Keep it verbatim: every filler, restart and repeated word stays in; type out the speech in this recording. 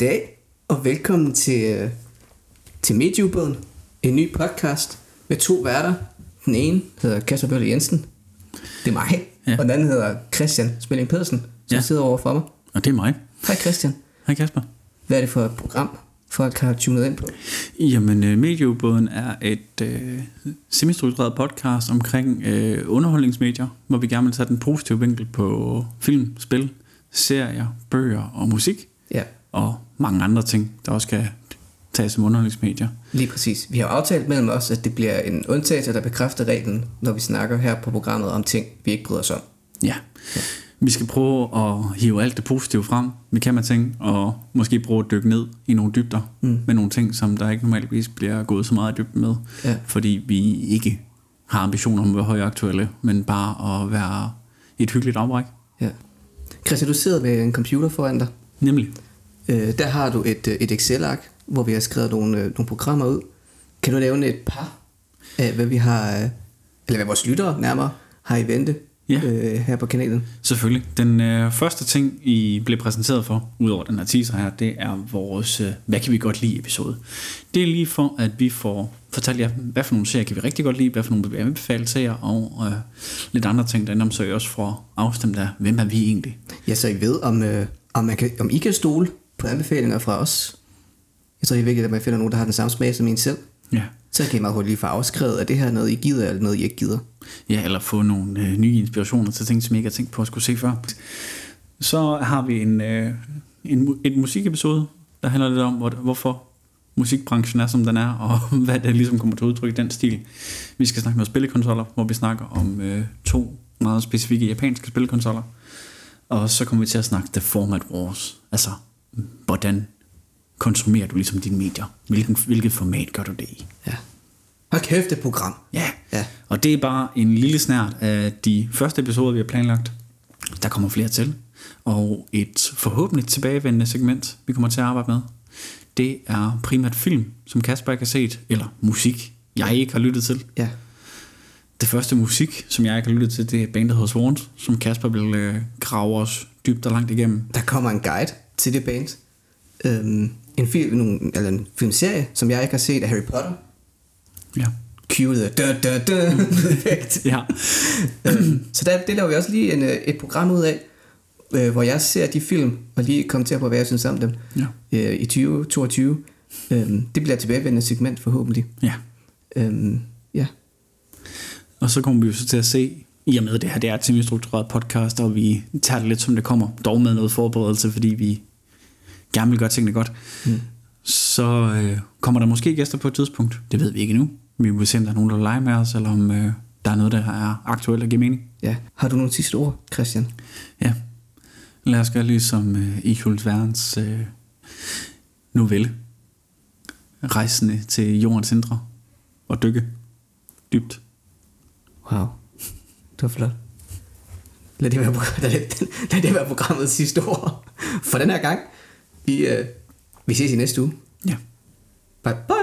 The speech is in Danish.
Goddag og velkommen til, til Medieubåden, en ny podcast med to værter. Den ene hedder Kasper Bølle Jensen, det er mig, ja. Og den anden hedder Christian Smelling Pedersen, som ja. sidder over for mig. Og det er mig. Hej Christian. Hej Kasper. Hvad er det for et program, folk har tunet ind på? Jamen, Medieubåden er et øh, semi-struktureret podcast omkring øh, underholdningsmedier, hvor vi gerne vil tage den positive vinkel på film, spil, serier, bøger og musik. Ja. Og mange andre ting, der også kan tages som underholdningsmedier. Lige præcis. Vi har aftalt mellem os, at det bliver en undtagelse, der bekræfter reglen, når vi snakker her på programmet om ting, vi ikke bryder os om. Ja. ja. Vi skal prøve at hive alt det positive frem, vi kan med ting, og måske prøve at dykke ned i nogle dybder mm. med nogle ting, som der ikke normalvis bliver gået så meget i dybden med, ja. Fordi vi ikke har ambitioner om at være højaktuelle, men bare at være et hyggeligt afbræk. Ja. Christian, du sidder med en computer foran dig. Nemlig. Øh, der har du et, et Excel-ark, hvor vi har skrevet nogle, nogle programmer ud. Kan du nævne et par af, hvad vi har, eller hvad vores lyttere nærmere har i vente ja. øh, her på kanalen? Selvfølgelig. Den øh, første ting, I blev præsenteret for, udover den her teaser her, det er vores øh, hvad kan vi godt lide episode. Det er lige for, at vi får fortalt jer, hvad for nogle serier kan vi rigtig godt lide, hvad for nogle vil vi anbefale serier, og øh, lidt andre ting, der så I også får afstemt af, hvem er vi egentlig? Ja, så I ved, om, øh, om, man kan, om I kan stole på anbefalinger fra os. Jeg tror, det er vigtigt, at man finder nogen, der har den samme smag som en selv. Ja. Så kan I meget hurtigt lige få afskrevet, at det her er noget, I gider, eller noget, I ikke gider. Ja, eller få nogle øh, nye inspirationer til ting, som I ikke har tænkt på at skulle se før. Så har vi en, øh, en, en musikepisode, der handler lidt om, hvor, hvorfor musikbranchen er, som den er, og hvad det ligesom kommer til udtryk i den stil. Vi skal snakke noget spillekonsoller, hvor vi snakker om øh, to meget specifikke japanske spillekonsoller. Og så kommer vi til at snakke The Format Wars. Altså, hvordan konsumerer du ligesom dine medier? Hvilken, hvilket format gør du det i? Ja. Hold kæft, det program. Ja. ja, og det er bare en lille snert af de første episoder, vi har planlagt. Der kommer flere til. Og et forhåbentlig tilbagevendende segment, vi kommer til at arbejde med, det er primært film, som Kasper ikke har set, eller musik, jeg ikke har lyttet til. Ja. Det første musik, som jeg ikke har lyttet til, det er bandet hedder Swans, som Kasper vil øh, grave os dybt og langt igennem. Der kommer en guide til det band. Øhm, en, film, nogle, eller en filmserie, som jeg ikke har set, af Harry Potter. Ja. Cue the da da da effekt. Ja. øhm, så der, det laver vi også lige en, et program ud af, øh, hvor jeg ser de film, og lige kommenterer på, hvad jeg synes om dem, ja. øh, i tyve toogtyve. Øhm, det bliver et tilbagevendende segment forhåbentlig. Ja. Øhm, ja. Og så kommer vi jo så til at se, i og med det her, det er et semi-struktureret podcast, og vi tager det lidt som det kommer, dog med noget forberedelse, fordi vi gerne vil gøre tingene godt. Mm. Så øh, kommer der måske gæster på et tidspunkt. Det ved vi ikke endnu. Vi vil se, om der er nogen, der leger med os, eller om øh, der er noget, der er aktuelt og giver mening. Ja. Har du nogle sidste ord, Christian? Ja. Lad os gøre ligesom øh, i Jules Verne's øh, novelle. Rejsende til jordens indre og dykke dybt. Wow. Det var flot. Lad det være, lad det, lad det være programmets sidste ord for den her gang. Vi, øh, vi ses i næste uge. Ja. Bye bye.